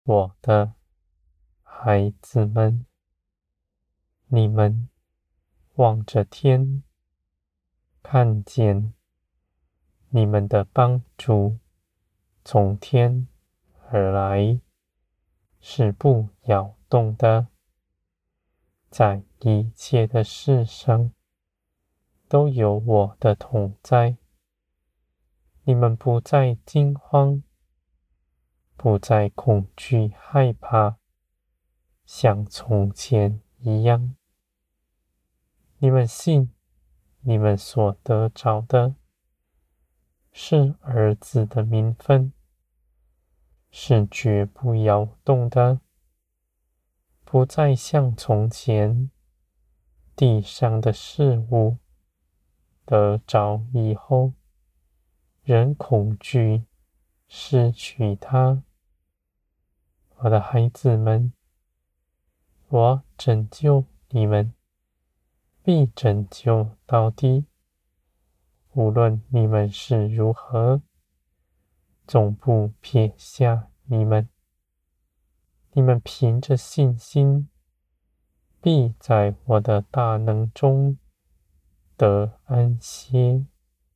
我的孩子们，你们望着天，看见你们的帮助从天而来，是不摇动的，在一切的事上都有我的同在。你们不再惊慌，不再恐惧害怕，像从前一样。你们信，你们所得着的是儿子的名分，是绝不摇动的，不再像从前地上的事物得着以后，人恐惧失去它。我的孩子们，我拯救你们，必拯救到底。无论你们是如何，总不撇下你们。你们凭着信心，必在我的大能中得安歇。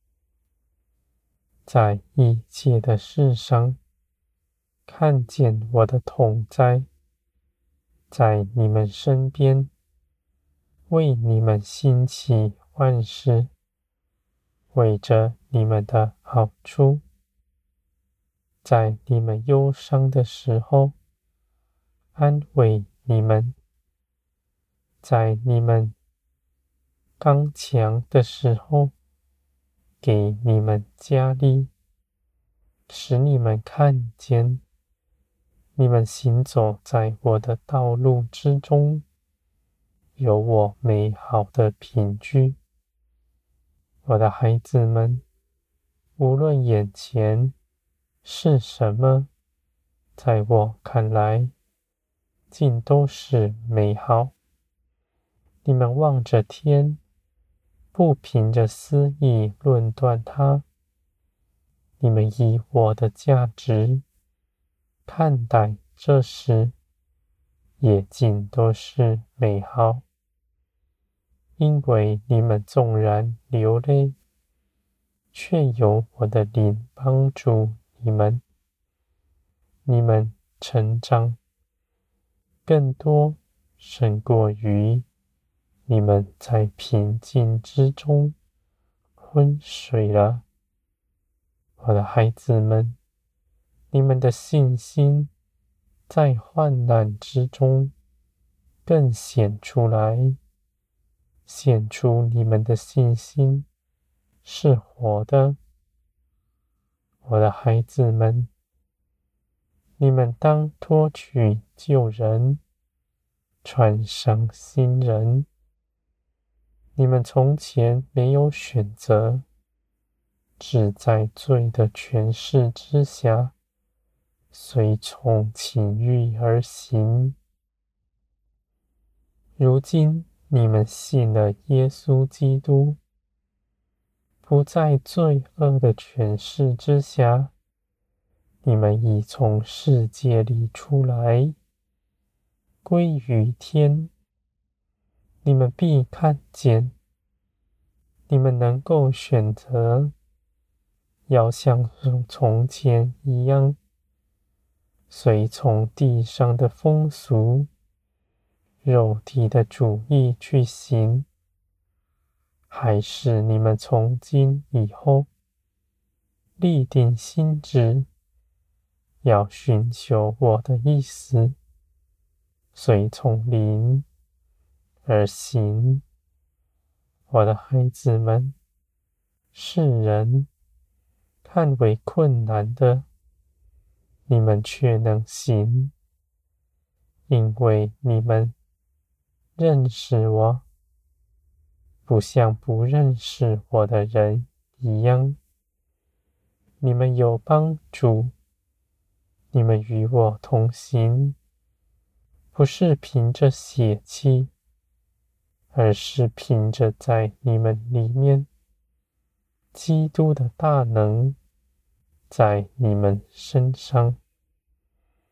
在一切的事上，看见我的同在，在你们身边，为你们兴起万事，为着你们的好处。在你们忧伤的时候，安慰你们；在你们刚强的时候，给你们加力，使你们看见，你们行走在我的道路之中，有我美好的凭据。我的孩子们，无论眼前是什么，在我看来，尽都是美好。你们望着天，不凭着私意论断它。你们以我的价值看待这事，也尽都是美好。因为你们纵然流泪，却有我的灵帮助你们。你们成长更多，胜过于你们在平静之中昏睡了。我的孩子们，你们的信心在患难之中更显出来，显出你们的信心是活的。我的孩子们，你们当脱去旧人，穿上新人。你们从前没有选择，只在罪的权势之下，随从情欲而行。如今你们信了耶稣基督，不在罪恶的权势之下，你们已从世界里出来，归于天。你们必看见，你们能够选择，要像从前一样，随从地上的风俗、肉体的主义去行，还是你们从今以后立定心志，要寻求我的意思，随从灵而行。我的孩子们，世人看为困难的，你们却能行，因为你们认识我，不像不认识我的人一样。你们有帮助，你们与我同行，不是凭着血气，而是凭着在你们里面基督的大能在你们身上。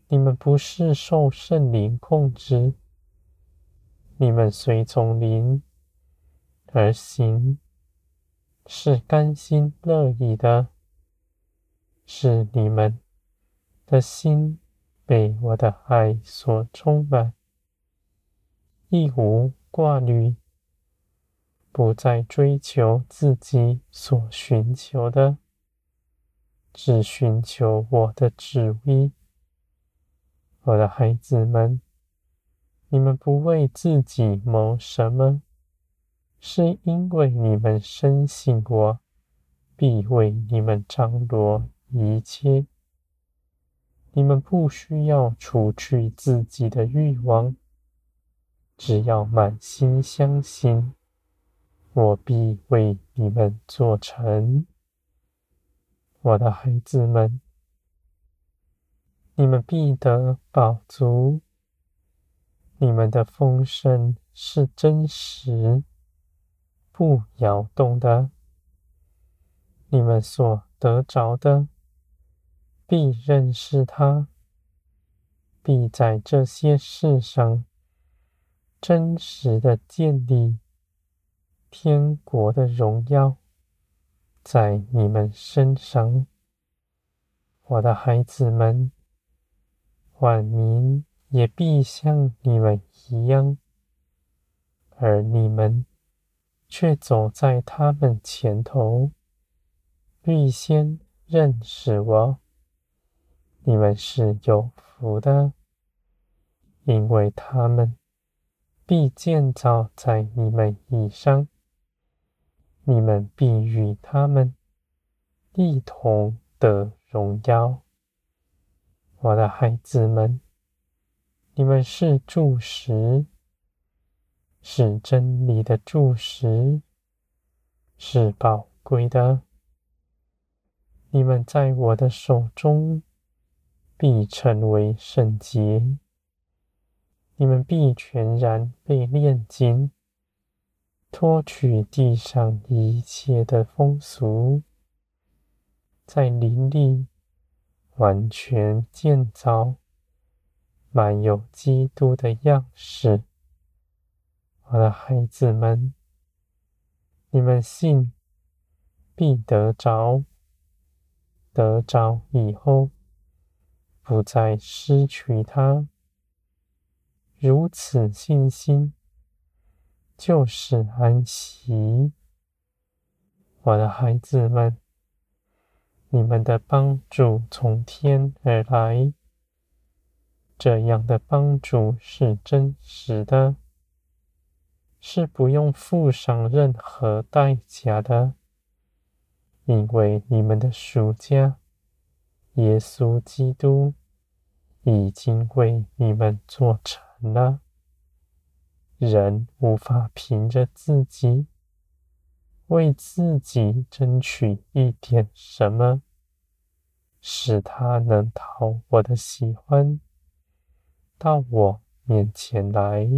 你们不是受圣灵控制，你们随从灵而行，是甘心乐意的，是你们的心被我的爱所充满，一无挂虑，不再追求自己所寻求的，只寻求我的旨意。我的孩子们，你们不为自己谋什么，是因为你们深信我必为你们张罗一切。你们不需要除去自己的欲望，只要满心相信，我必为你们做成。我的孩子们，你们必得饱足，你们的丰盛是真实，不摇动的。你们所得着的，必认识它，必在这些事上真实的建立天国的荣耀在你们身上。我的孩子们，万民也必像你们一样，而你们却走在他们前头，预先认识我。你们是有福的，因为他们必建造在你们以上，你们必与他们一同得荣耀。我的孩子们，你们是柱石，是真理的柱石，是宝贵的。你们在我的手中必成为圣洁，你们必全然被炼净，脱去地上一切的风俗，在灵里完全建造，满有基督的样式。我的孩子们，你们信必得着，得着以后不再失去它。如此信心就是安息。我的孩子们，你们的帮助从天而来，这样的帮助是真实的，是不用付上任何代价的，因为你们的赎价耶稣基督已经为你们做成了。人无法凭着自己为自己争取一点什么，使他能讨我的喜欢，到我面前来。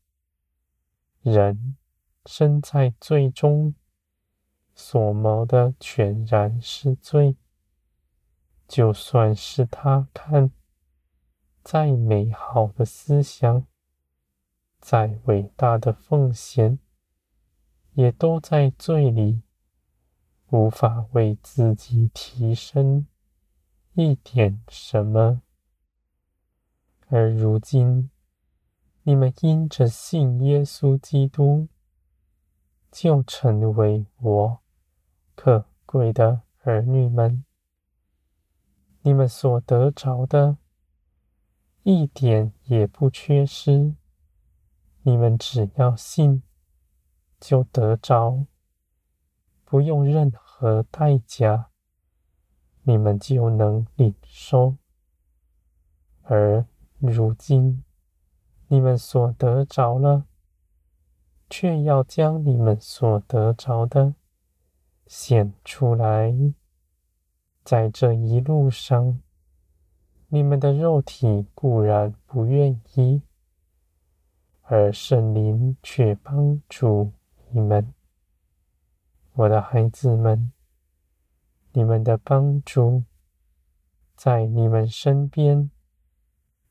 人身在罪中，所谋的全然是罪。就算是他看再美好的思想，再伟大的奉献，也都在罪里，无法为自己提升一点什么。而如今，你们因着信耶稣基督，就成为我可贵的儿女们。你们所得着的，一点也不缺失。你们只要信，就得着，不用任何代价，你们就能领受。而如今，你们所得着了，却要将你们所得着的显出来。在这一路上，你们的肉体固然不愿意，而圣灵却帮助你们。我的孩子们，你们的帮助在你们身边，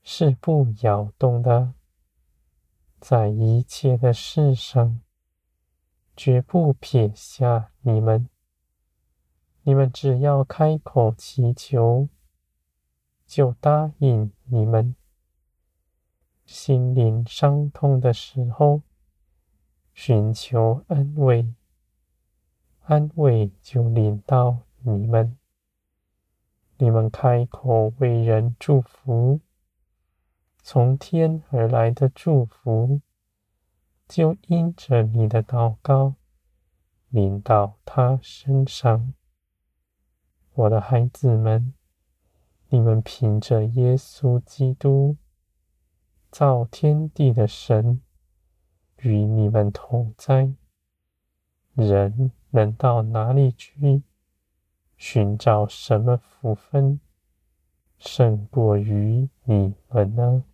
是不摇动的，在一切的事上，绝不撇下你们。你们只要开口祈求，就答应你们。心灵伤痛的时候，寻求安慰，安慰就临到你们。你们开口为人祝福，从天而来的祝福，就因着你的祷告，临到他身上。我的孩子们，你们凭着耶稣基督，造天地的神，与你们同在。人能到哪里去寻找什么福分，胜过于你们呢？